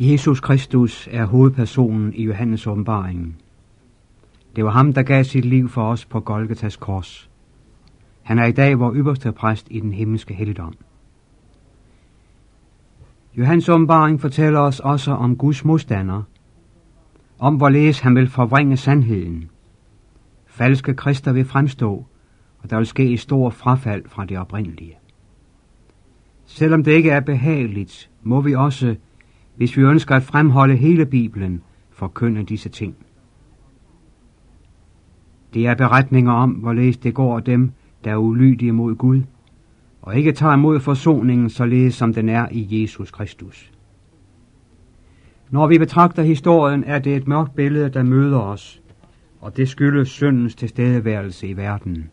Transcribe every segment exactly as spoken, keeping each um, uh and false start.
Jesus Kristus er hovedpersonen i Johannes åbenbaringen. Det var ham, der gav sit liv for os på Golgatas kors. Han er i dag vor ypperste præst i den himmelske helligdom. Johannes åbenbaring fortæller os også om Guds modstander, om hvorledes han vil forvrænge sandheden. Falske krister vil fremstå, og der vil ske et stort frafald fra det oprindelige. Selvom det ikke er behageligt, må vi også, hvis vi ønsker at fremholde hele Bibelen, forkynde disse ting. Det er beretninger om, hvorledes det går dem, der er ulydige mod Gud, og ikke tager imod forsoningen, således som den er i Jesus Kristus. Når vi betragter historien, er det et mørkt billede, der møder os, og det skyldes syndens tilstedeværelse i verden.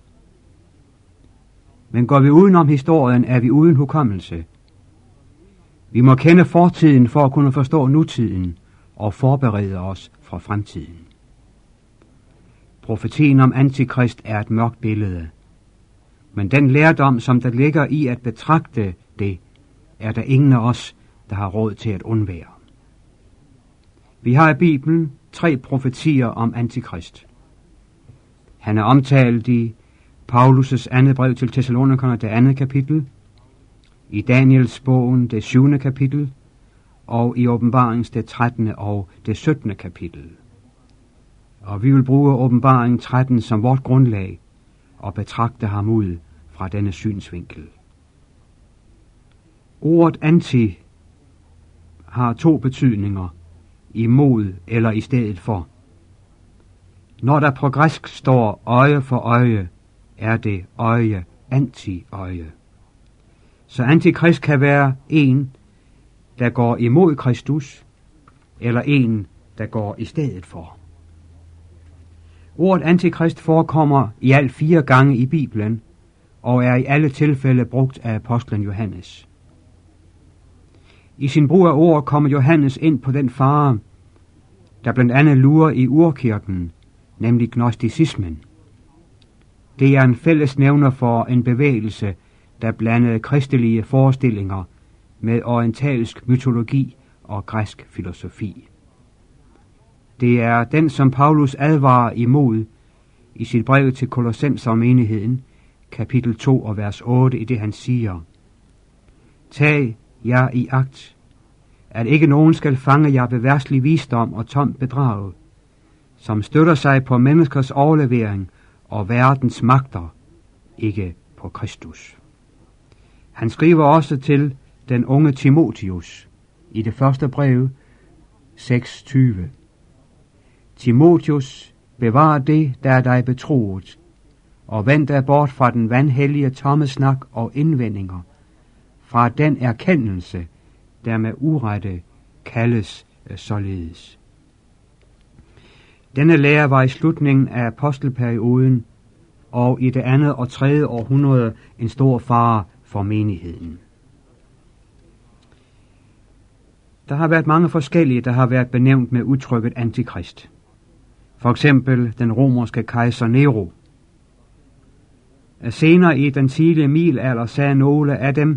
Men går vi udenom historien, er vi uden hukommelse. Vi må kende fortiden for at kunne forstå nutiden og forberede os for fremtiden. Profetien om Antikrist er et mørkt billede, men den lærdom, som der ligger i at betragte det, er der ingen af os, der har råd til at undvære. Vi har i Bibelen tre profetier om Antikrist. Han er omtalt i Paulus' andet brev til Thessalonikerne, det andet kapitel, i Daniels bogen, det syvende kapitel, og i Åbenbarings det trettende og det syttende kapitel. Og vi vil bruge Åbenbaring tretten som vort grundlag og betragte ham ud fra denne synsvinkel. Ordet anti har to betydninger, imod eller i stedet for. Når der på græsk står øje for øje, er det øje anti-øje. Så antikrist kan være en, der går imod Kristus, eller en, der går i stedet for. Ordet antikrist forekommer i alt fire gange i Bibelen, og er i alle tilfælde brugt af apostlen Johannes. I sin brug af ord kommer Johannes ind på den fare, der blandt andet lurer i urkirken, nemlig gnosticismen. Det er en fællesnævner for en bevægelse, der blandede kristelige forestillinger med orientalsk mytologi og græsk filosofi. Det er den, som Paulus advarer imod i sit brev til Kolossensermenigheden, kapitel to og vers otte, i det han siger: Tag jer i agt, at ikke nogen skal fange jer ved verdslig visdom og tomt bedrag, som støtter sig på menneskers overlevering og verdens magter, ikke på Kristus. Han skriver også til den unge Timotheus i det første brev seks tyve. Timotheus, bevar det, der er dig betroet, og vend dig bort fra den vanhellige tomme snak og indvendinger, fra den erkendelse, der med urette kaldes således. Denne lære var i slutningen af apostelperioden og i det andet og tredje århundrede en stor fare for menigheden. Der har været mange forskellige, der har været benævnt med udtrykket antikrist. For eksempel den romerske kejser Nero. Senere i den tidlige middelalder sagde nogle af dem,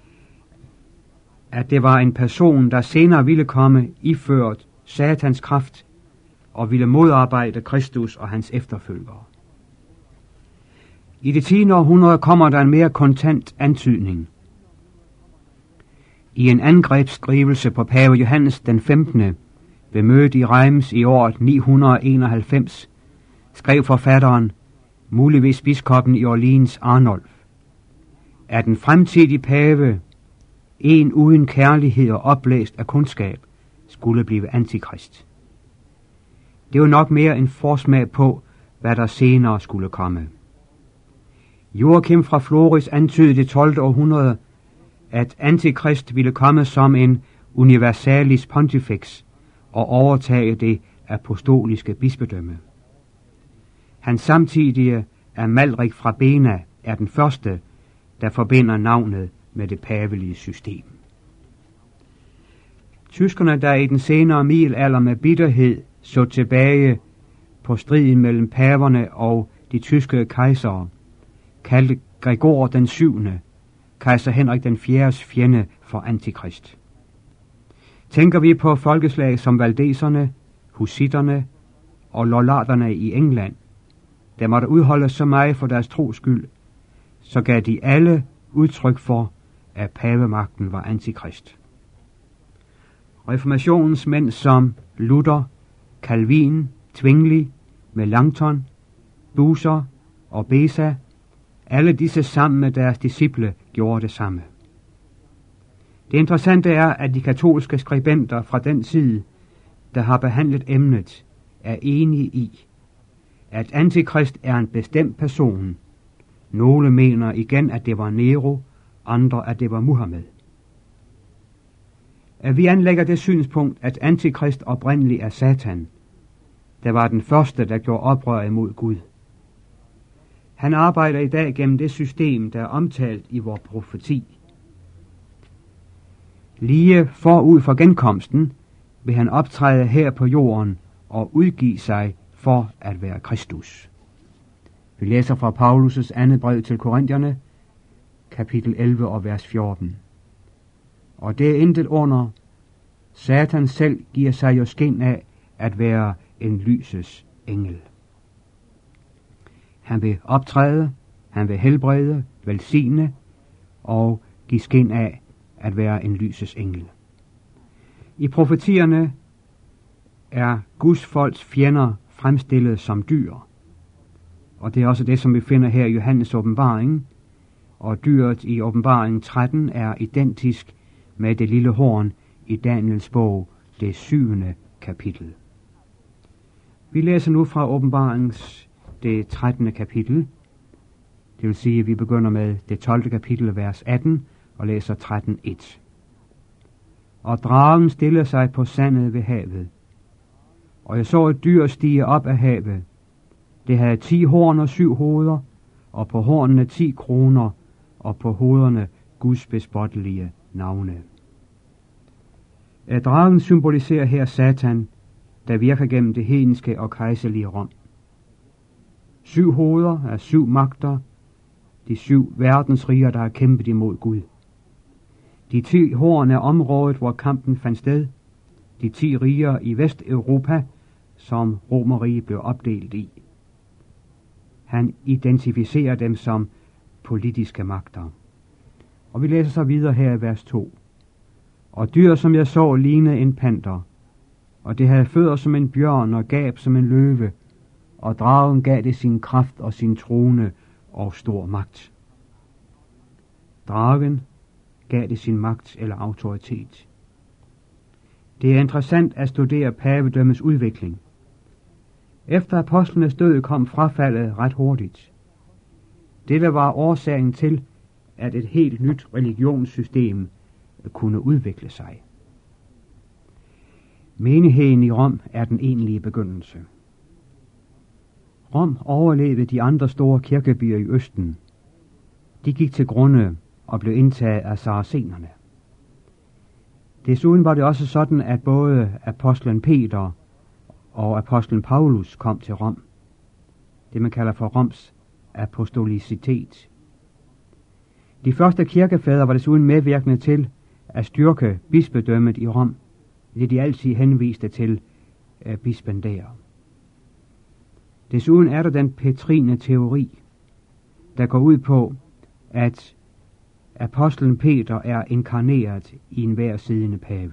at det var en person, der senere ville komme iført satans kraft og ville modarbejde Kristus og hans efterfølgere. I det tiende århundrede kommer der en mere kontant antydning. I en angrebsskrivelse på pave Johannes den femtende ved mødet i Reims i året ni hundrede enoghalvfems skrev forfatteren, muligvis biskoppen i Orleans Arnulf, at den fremtidige pave, en uden kærlighed og oplæst af kundskab, skulle blive antikrist. Det var nok mere en forsmag på, hvad der senere skulle komme. Joachim fra Floris antydede i det tolvte århundrede, at antikrist ville komme som en universalis pontifex og overtage det apostoliske bispedømme. Hans samtidige Amalrik fra Bena er den første, der forbinder navnet med det pavelige system. Tyskerne, der i den senere middelalder med bitterhed så tilbage på striden mellem paverne og de tyske kejsere, kaldte Gregor den syvende, kejser Henrik den fjerdes fjende, for antikrist. Tænker vi på folkeslag som valdeserne, hussitterne og lollarderne i England, der måtte udholde så meget for deres tros skyld, så gav de alle udtryk for, at pavemagten var antikrist. Reformationens mænd som Luther, Calvin, Zwingli, Melanchthon, Bucer og Beza, alle disse sammen med deres disciple gjorde det samme. Det interessante er, at de katolske skribenter fra den side, der har behandlet emnet, er enige i, at antikrist er en bestemt person. Nogle mener igen, at det var Nero, andre, at det var Muhammed. At vi anlægger det synspunkt, at antikrist oprindeligt er Satan, der var den første, der gjorde oprør imod Gud. Han arbejder i dag gennem det system, der er omtalt i vor profeti. Lige forud for genkomsten vil han optræde her på jorden og udgive sig for at være Kristus. Vi læser fra Paulus' andet brev til Korintierne, kapitel elleve og vers fjorten. Og det er intet under. Satan selv giver sig jo skin af at være en lysets engel. Han vil optræde, han vil helbrede, velsigne og give skin af at være en lysets engel. I profetierne er Guds folks fjender fremstillet som dyr. Og det er også det, som vi finder her i Johannes åbenbaring. Og dyret i åbenbaring tretten er identisk med det lille horn i Daniels bog, det syvende kapitel. Vi læser nu fra åbenbarings det trettende kapitel. Det vil sige, at vi begynder med det tolvte kapitel, vers atten, og læser tretten et. Og dragen stiller sig på sandet ved havet. Og jeg så et dyr stige op af havet. Det havde ti horn og syv hoveder, og på hornene ti kroner, og på hovederne Guds bespottelige navne. Dragen symboliserer her Satan, der virker gennem det hedenske og kejserlige Rom. Syv hoveder er syv magter, de syv verdensriger, der har kæmpet imod Gud. De ti horn er området, hvor kampen fandt sted. De ti riger i Vesteuropa, som Romerriget blev opdelt i. Han identificerer dem som politiske magter. Og vi læser så videre her i vers to. Og dyr, som jeg så, lignede en panter, og det havde fødder som en bjørn og gab som en løve, og dragen gav det sin kraft og sin trone og stor magt. Dragen gav det sin magt eller autoritet. Det er interessant at studere pavedømmets udvikling. Efter apostlenes død kom frafaldet ret hurtigt. Dette var årsagen til, at et helt nyt religionssystem kunne udvikle sig. Menigheden i Rom er den egentlige begyndelse. Rom overlevede de andre store kirkebyer i Østen. De gik til grunde og blev indtaget af saracenerne. Desuden var det også sådan, at både apostlen Peter og apostlen Paulus kom til Rom. Det man kalder for Roms apostolicitet. De første kirkefædre var desuden medvirkende til at styrke bispedømmet i Rom, det de altid henviste til uh, bispen der. Desuden er der den petrine teori, der går ud på, at apostlen Peter er inkarneret i enhver siddende pave.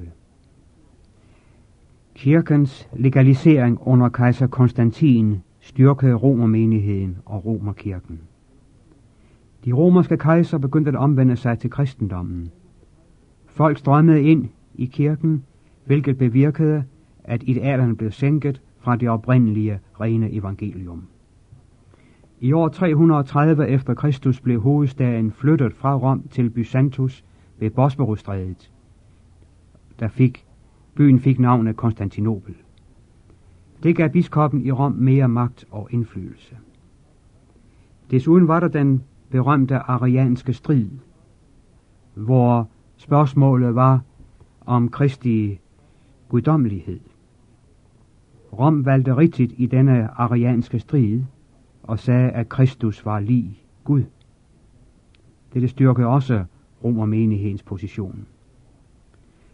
Kirkens legalisering under kejser Konstantin styrkede romermenigheden og romerkirken. De romerske kejser begyndte at omvende sig til kristendommen. Folk strømmede ind i kirken, hvilket bevirkede, at idealerne blev sænket fra det oprindelige rene evangelium. I år tre hundrede og tredive efter Kristus blev hovedstaden flyttet fra Rom til Byzantus ved Bosporusstrædet. Der fik, byen fik navnet Konstantinopel. Det gav biskoppen i Rom mere magt og indflydelse. Desuden var der den berømte arianske strid, hvor spørgsmålet var om Kristi guddommelighed. Rom valgte rigtigt i denne arianske strid og sagde, at Kristus var lig Gud. Dette styrkede også romermenighedens position.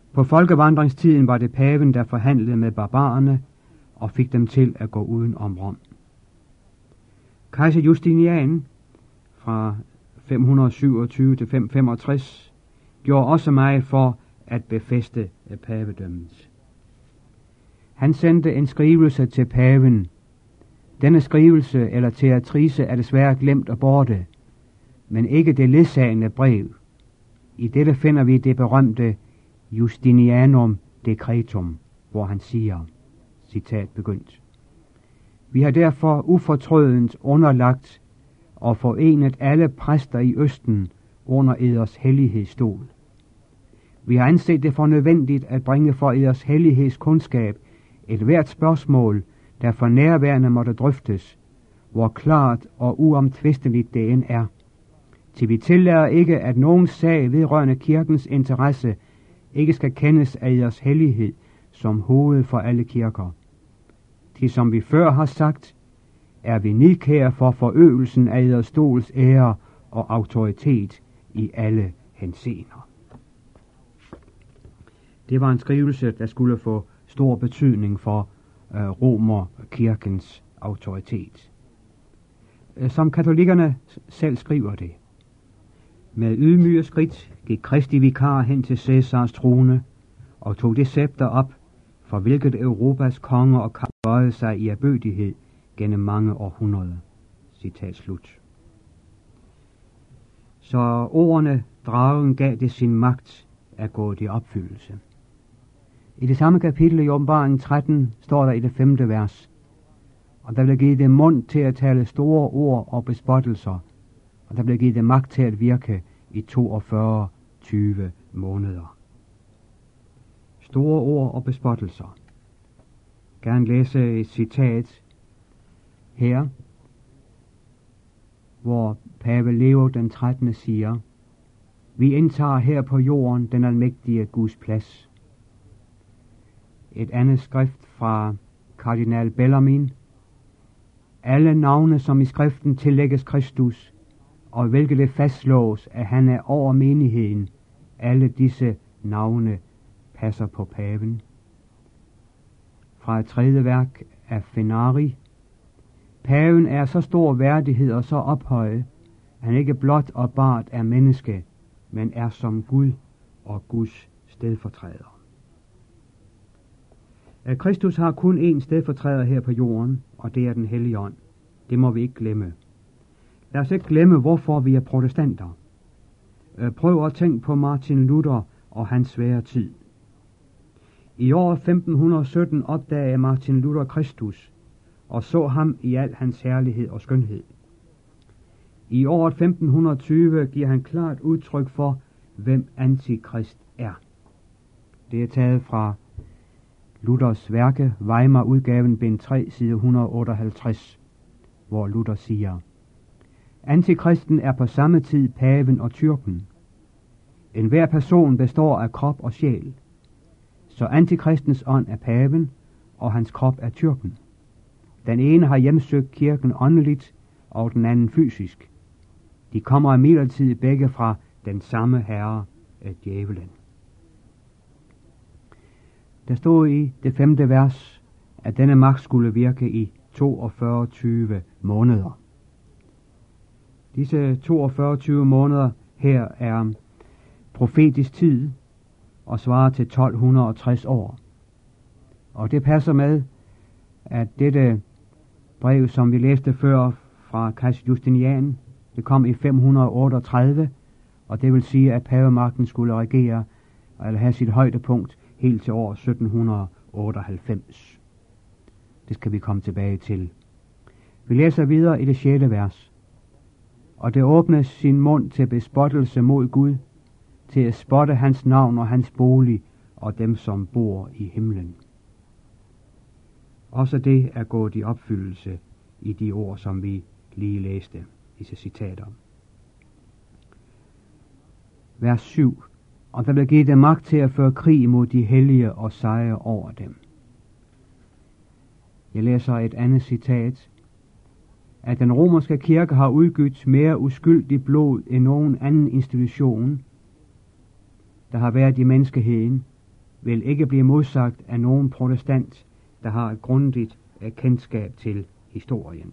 På folkevandringstiden var det paven, der forhandlede med barbarerne og fik dem til at gå uden om Rom. Kejser Justinian fra fem hundrede syvogtyve til fem hundrede femogtres gjorde også meget for at befæste pavedømmet. Han sendte en skrivelse til paven. Denne skrivelse eller teatrice er desværre glemt og borte, men ikke det ledsagende brev. I dette finder vi det berømte Justinianum Decretum, hvor han siger, citat begyndt: Vi har derfor ufortrødent underlagt og forenet alle præster i Østen under eders hellighedsstol. Vi har anset det for nødvendigt at bringe for eders hellighedskundskab et hvert spørgsmål, der for nærværende måtte drøftes, hvor klart og uomtvisteligt det end er. Til vi tillader ikke, at nogen sag vedrørende kirkens interesse ikke skal kendes af eders hellighed som hoved for alle kirker. Til som vi før har sagt, er vi nidkære for forøgelsen af eders stols ære og autoritet i alle henseender. Det var en skrivelse, der skulle få stor betydning for øh, romerkirkens autoritet. Som katolikkerne selv skriver det: Med ydmyge skridt gik Kristi vikar hen til Cæsars trone og tog det scepter op, for hvilket Europas konger og kan bøjede sig i erbødighed gennem mange århundreder. Citat slut. Så ordene dragen gav det sin magt er gået i opfyldelse. I det samme kapitel i Åbenbaringen tretten står der i det femte vers: Og der blev givet dem mund til at tale store ord og bespottelser, og der blev givet dem magt til at virke i toogfyrre tyve måneder. Store ord og bespottelser. Gerne læse et citat her, hvor pave Leo den trettende siger: Vi indtager her på jorden den almægtige Guds plads. Et andet skrift fra kardinal Bellarmin: Alle navne, som i skriften tillægges Kristus, og hvilket det fastslås, at han er over menigheden, alle disse navne passer på paven. Fra et tredje værk af Fenari: Paven er så stor værdighed og så ophøjet, han ikke blot og bart er menneske, men er som Gud og Guds stedfortræder. At Kristus har kun én stedfortræder her på jorden, og det er den hellige ånd. Det må vi ikke glemme. Lad os ikke glemme, hvorfor vi er protestanter. Prøv at tænke på Martin Luther og hans svære tid. I år femten sytten opdagede Martin Luther Kristus og så ham i al hans herlighed og skønhed. I året femten tyve giver han klart udtryk for, hvem antikrist er. Det er taget fra Luthers værke, Weimar-udgaven, bind tre, side et hundrede otteoghalvtreds, hvor Luther siger: Antikristen er på samme tid paven og tyrken. En hver person består af krop og sjæl. Så antikristens ånd er paven, og hans krop er tyrken. Den ene har hjemsøgt kirken åndeligt, og den anden fysisk. De kommer imidlertid begge fra den samme herre, djævelen. Der stod i det femte vers, at denne magt skulle virke i toogfyrre tyve måneder. Disse toogfyrre tyve måneder her er profetisk tid og svarer til tolv tres år. Og det passer med, at dette brev, som vi læste før fra kejser Justinian, det kom i fem hundrede otteogtredive, og det vil sige, at pavemagten skulle regere eller have sit højdepunkt helt til år sytten otteoghalvfems. Det skal vi komme tilbage til. Vi læser videre i det sjette vers. Og det åbnes sin mund til bespottelse mod Gud, til at spotte hans navn og hans bolig og dem, som bor i himlen. Også det er gået i opfyldelse i de ord, som vi lige læste, disse citater. Vers syv. Og der blev givet dem magt til at føre krig mod de hellige og sejre over dem. Jeg læser et andet citat. At den romerske kirke har udgivet mere uskyldig blod end nogen anden institution, der har været i menneskeheden, vil ikke blive modsagt af nogen protestant, der har et grundigt kendskab til historien.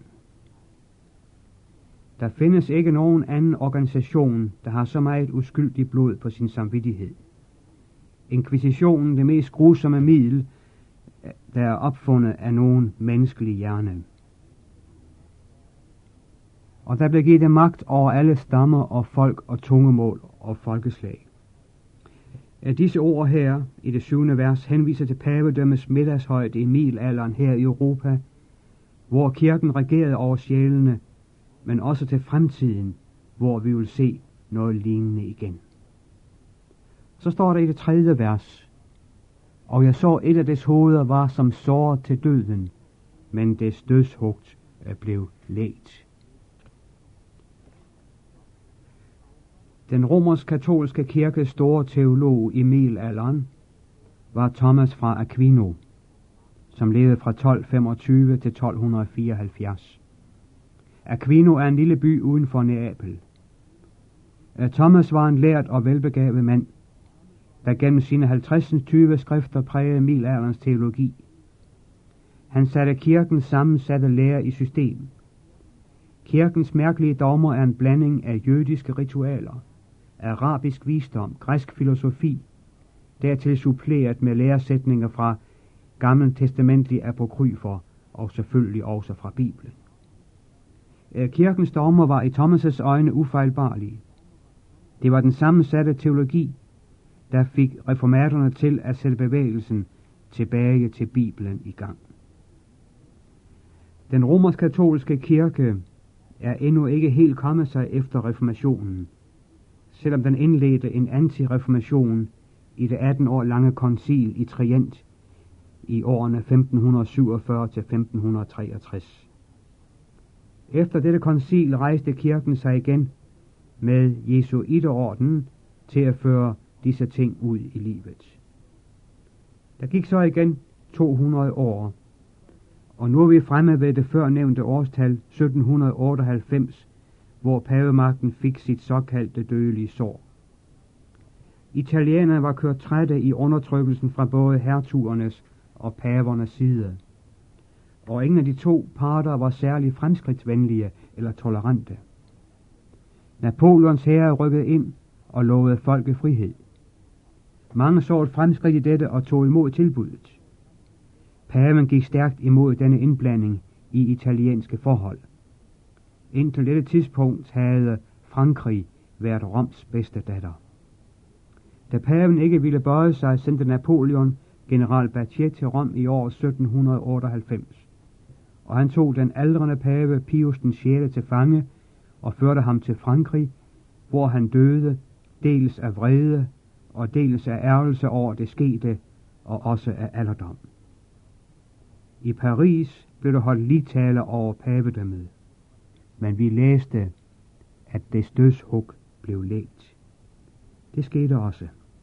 Der findes ikke nogen anden organisation, der har så meget uskyldig blod på sin samvittighed. Inkvisitionen, det mest grusomme middel, der er opfundet af nogen menneskelig hjerne. Og der blev givet magt over alle stammer og folk og tungemål og folkeslag. Disse ord her i det syvende vers henviser til pavedømmets middagshøjde i middelalderen her i Europa, hvor kirken regerede over sjælene, men også til fremtiden, hvor vi vil se noget lignende igen. Så står der i det tredje vers: og jeg så et af dets hoveder var som såret til døden, men dets dødshugt blev lægt. Den romersk-katolske kirkes store teolog i middelalderen var Thomas fra Aquino, som levede fra tolv femogtyve til tolv fireoghalvfjerds. Aquino er en lille by uden for Neapel. Thomas var en lært og velbegavet mand, der gennem sine halvtreds tyve skrifter prægede middelalderens teologi. Han satte kirkens sammensatte lære i system. Kirkens mærkelige dogmer er en blanding af jødiske ritualer, arabisk visdom, græsk filosofi, dertil suppleret med læresætninger fra gammeltestamentlige apokryfer og selvfølgelig også fra Bibelen. Kirkens dogmer var i Thomas' øjne ufejlbarlige. Det var den sammensatte teologi, der fik reformaterne til at sætte bevægelsen tilbage til Bibelen i gang. Den romersk-katolske kirke er endnu ikke helt kommet sig efter reformationen, selvom den indledte en antireformation i det atten år lange koncil i Trient i årene femten syvogfyrre til femten treogtres. Efter dette koncil rejste kirken sig igen med jesuiterordenen til at føre disse ting ud i livet. Der gik så igen to hundrede år, og nu er vi fremme ved det førnævnte årstal sytten otteoghalvfems, hvor pavemagten fik sit såkaldte dødelige sår. Italienerne var kørt trætte i undertrykkelsen fra både hertugernes og pavernes side, og ingen af de to parter var særlig fremskridtsvenlige eller tolerante. Napoleons hære rykkede ind og lovede folket frihed. Mange så et fremskridt i dette og tog imod tilbuddet. Paven gik stærkt imod denne indblanding i italienske forhold. Indtil dette tidspunkt havde Frankrig været Roms bedste datter. Da paven ikke ville bøje sig, sendte Napoleon general Berthier til Rom i år sytten otteoghalvfems, og han tog den aldrende pave Pius den sjette til fange og førte ham til Frankrig, hvor han døde, dels af vrede og dels af ærgelse over det skete, og også af alderdom. I Paris blev der holdt ligtaler over pavedømmet, men vi læste, at dets dødshug blev lægt. Det skete også.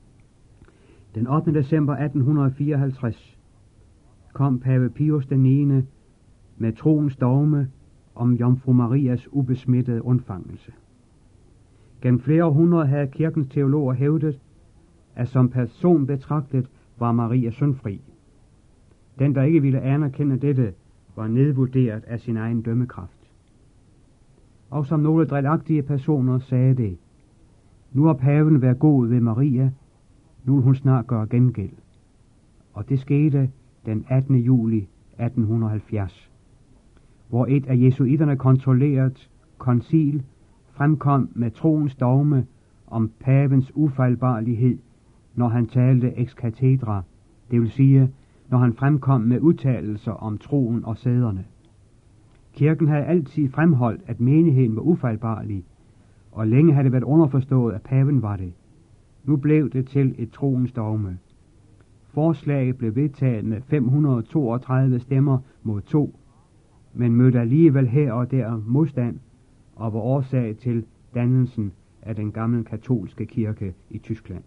Den ottende december atten fireoghalvtreds kom pave Pius den niende med troens dogme om Jomfru Marias ubesmittede undfangelse. Gennem flere århundreder havde kirkens teologer hævdet, at som person betragtet var Maria syndfri. Den, der ikke ville anerkende dette, var nedvurderet af sin egen dømmekraft. Og som nogle drillagtige personer sagde det: nu har paven været god ved Maria, nu vil hun snart gøre gengæld. Og det skete den attende juli atten halvfjerds, hvor et af jesuiterne kontrolleret koncil fremkom med troens dogme om pavens ufejlbarlighed, når han talte ex cathedra, det vil sige, når han fremkom med udtalelser om troen og sæderne. Kirken havde altid fremholdt, at menigheden var ufejlbarlig, og længe havde det været underforstået, at paven var det. Nu blev det til et troens dogme. Forslaget blev vedtaget med fem hundrede toogtredive stemmer mod to, men mødte alligevel her og der modstand og var årsag til dannelsen af den gamle katolske kirke i Tyskland.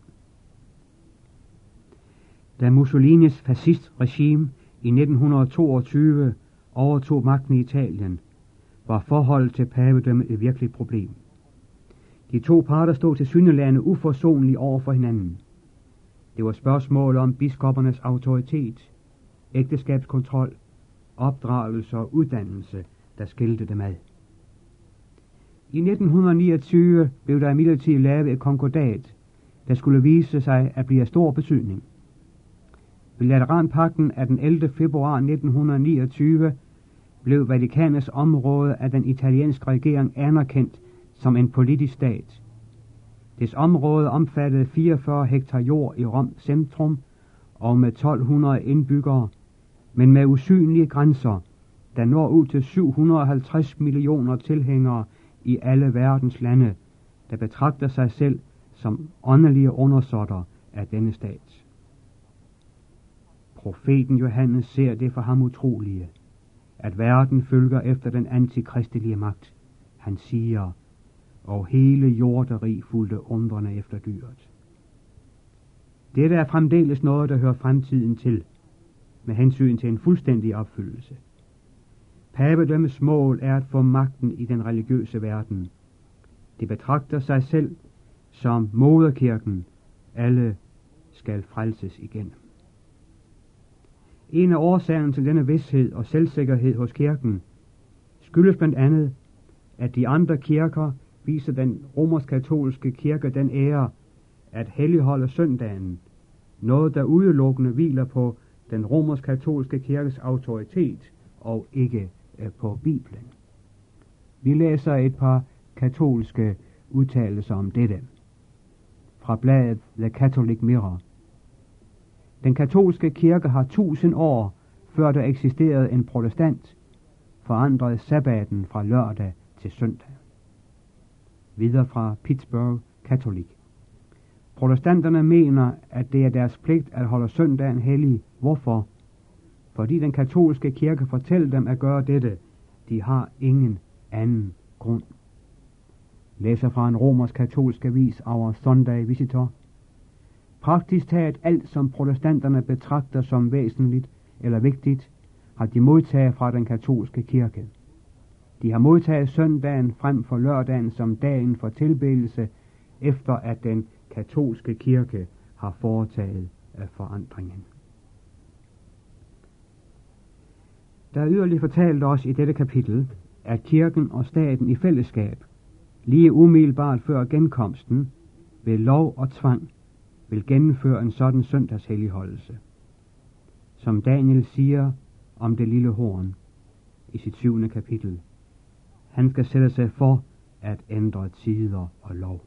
Da Mussolinis fascistregime i nitten toogtyve overtog magten i Italien, var forholdet til pavedømmet et virkeligt problem. De to parter stod tilsyneladende uforsonlige over for hinanden. Det var spørgsmål om biskoppernes autoritet, ægteskabskontrol, opdragelse og uddannelse, der skilte dem ad. I nitten niogtyve blev der imidlertid lavet et konkordat, der skulle vise sig at blive af stor betydning. Ved Lateranpagten af den ellevte februar nitten niogtyve blev Vatikanets område af den italienske regering anerkendt som en politisk stat. Dets område omfattede fireogfyrre hektar jord i Rom centrum og med tolv hundrede indbyggere, men med usynlige grænser, der når ud til syv hundrede og halvtreds millioner tilhængere i alle verdens lande, der betragter sig selv som åndelige undersåtter af denne stat. Profeten Johannes ser det for ham utrolige, at verden følger efter den antikristelige magt. Han siger, og hele jorderi fulgte undrende efter dyret. Dette er fremdeles noget, der hører fremtiden til, med hensyn til en fuldstændig opfyldelse. Pavedømmets mål er at få magten i den religiøse verden. Det betragter sig selv som moderkirken. Alle skal frelses igen. En af årsagerne til denne vished og selvsikkerhed hos kirken skyldes blandt andet, at de andre kirker viser den romersk-katolske kirke den ære at helligholde søndagen, noget der udelukkende hviler på den romersk-katolske kirkes autoritet og ikke øh, på Bibelen. Vi læser et par katolske udtalelser om dette fra bladet The Catholic Mirror. Den katolske kirke har tusind år før der eksisterede en protestant forandret sabbaten fra lørdag til søndag. Videre fra Pittsburgh Catholic. Protestanterne mener, at det er deres pligt at holde søndagen hellig. Hvorfor? Fordi den katolske kirke fortæller dem at gøre dette. De har ingen anden grund. Læser fra en romersk-katolsk avis Our Sunday Visitor. Praktisk taget alt, som protestanterne betragter som væsentligt eller vigtigt, har de modtaget fra den katolske kirke. De har modtaget søndagen frem for lørdagen som dagen for tilbedelse, efter at den katolske kirke har foretaget forandringen. Der er yderligere fortalt os i dette kapitel, at kirken og staten i fællesskab, lige umiddelbart før genkomsten, ved lov og tvang, vil gennemføre en sådan søndagshelligholdelse. Som Daniel siger om det lille horn i sit syvende kapitel. Han skal sætte sig for at ændre tider og lov.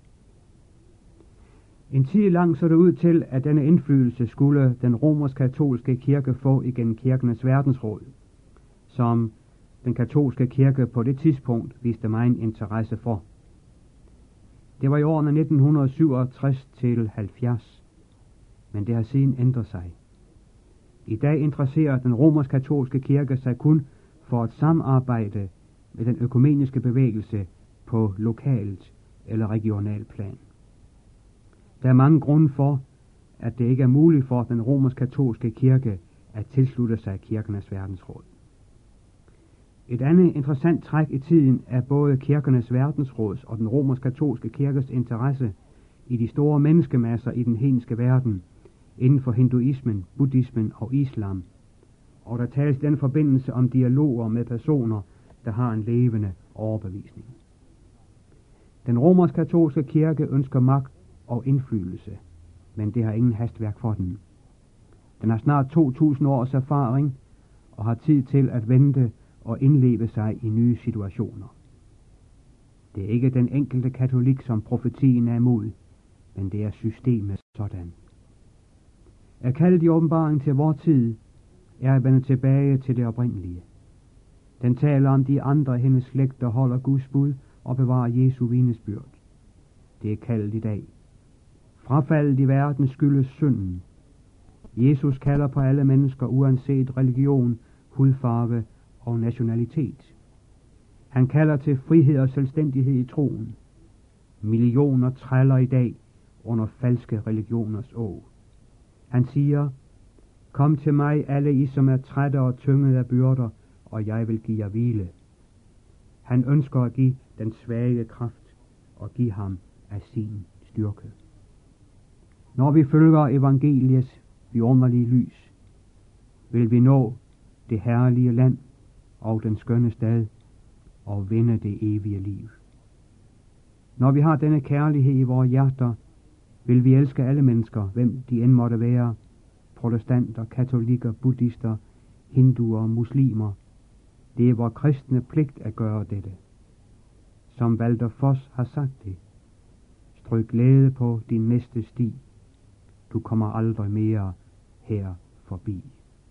En tid lang så det ud til, at denne indflydelse skulle den romersk-katolske kirke få igennem kirkenes verdensråd, som den katolske kirke på det tidspunkt viste megen interesse for. Det var i årene nitten syvogtres til halvfjerds, men det har siden ændret sig. I dag interesserer den romersk-katolske kirke sig kun for at samarbejde med den økumeniske bevægelse på lokalt eller regionalt plan. Der er mange grunde for, at det ikke er muligt for den romersk-katolske kirke at tilslutte sig kirkernes verdensråd. Et andet interessant træk i tiden er både kirkernes verdensråds og den romersk-katolske kirkes interesse i de store menneskemasser i den hedenske verden, inden for hinduismen, buddhismen og islam, og der tales i den forbindelse om dialoger med personer, der har en levende overbevisning. Den romersk-katolske kirke ønsker magt og indflydelse, men det har ingen hastværk for den. Den har snart to tusind års erfaring og har tid til at vente og indleve sig i nye situationer. Det er ikke den enkelte katolik, som profetien er imod, men det er systemet sådan. At kalde de åbenbaring til vor tid, er at vende tilbage til det oprindelige. Den taler om de andre af hendes slægt, der holder Guds bud og bevarer Jesu vidnesbyrd. Det er kaldet i dag. Frafaldet i verden skyldes synden. Jesus kalder på alle mennesker uanset religion, hudfarve og nationalitet. Han kalder til frihed og selvstændighed i troen. Millioner træller i dag under falske religioners åg. Han siger, kom til mig alle I, som er trætte og tyngede af byrder, og jeg vil give jer hvile. Han ønsker at give den svage kraft og give ham af sin styrke. Når vi følger evangeliets vidunderlige lys, vil vi nå det herlige land og den skønne stad og vinde det evige liv. Når vi har denne kærlighed i vores hjerter, vil vi elske alle mennesker, hvem de end måtte være, protestanter, katolikker, buddhister, hinduer, muslimer. Det er vores kristne pligt at gøre dette. Som Walter Foss har sagt det, stryk glæde på din næste sti. Du kommer aldrig mere her forbi.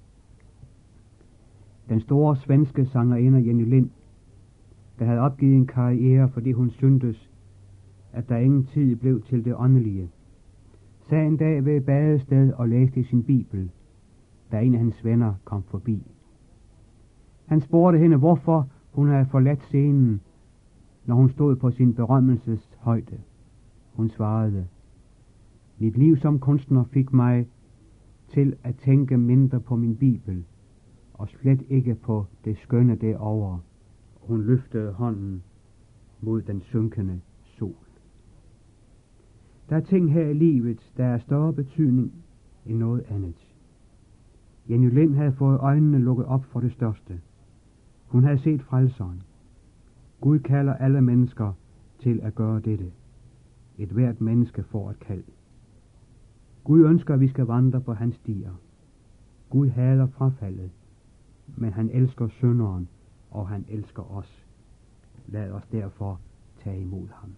Den store svenske sangerinde Jenny Lind, der havde opgivet en karriere, fordi hun syntes, at der ingen tid blev til det åndelige, sagde en dag ved et badested og læste i sin bibel, da en af hans venner kom forbi. Han spurgte hende, hvorfor hun havde forladt scenen, når hun stod på sin berømmelses højde. Hun svarede, mit liv som kunstner fik mig til at tænke mindre på min bibel, og slet ikke på det skønne derovre. Hun løftede hånden mod den synkende sol. Der er ting her i livet, der er større betydning end noget andet. Jenny Lind havde fået øjnene lukket op for det største. Hun havde set frelseren. Gud kalder alle mennesker til at gøre dette. Et hvert menneske får et kald. Gud ønsker, at vi skal vandre på hans stier. Gud hader frafaldet, men han elsker synderen, og han elsker os. Lad os derfor tage imod ham.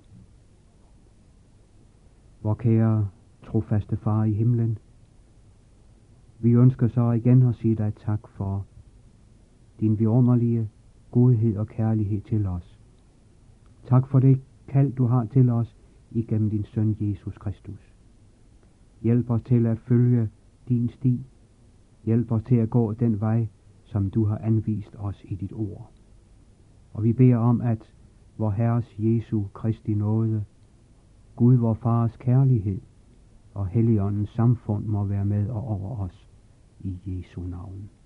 Vor kære, trofaste far i himlen, vi ønsker så igen at sige dig tak for din vidunderlige godhed og kærlighed til os. Tak for det kald, du har til os igennem din søn Jesus Kristus. Hjælp os til at følge din sti. Hjælp os til at gå den vej, som du har anvist os i dit ord. Og vi beder om, at vor Herres Jesu Kristi nåde, Gud vor Fars kærlighed og Helligåndens samfund må være med og over os i Jesu navn.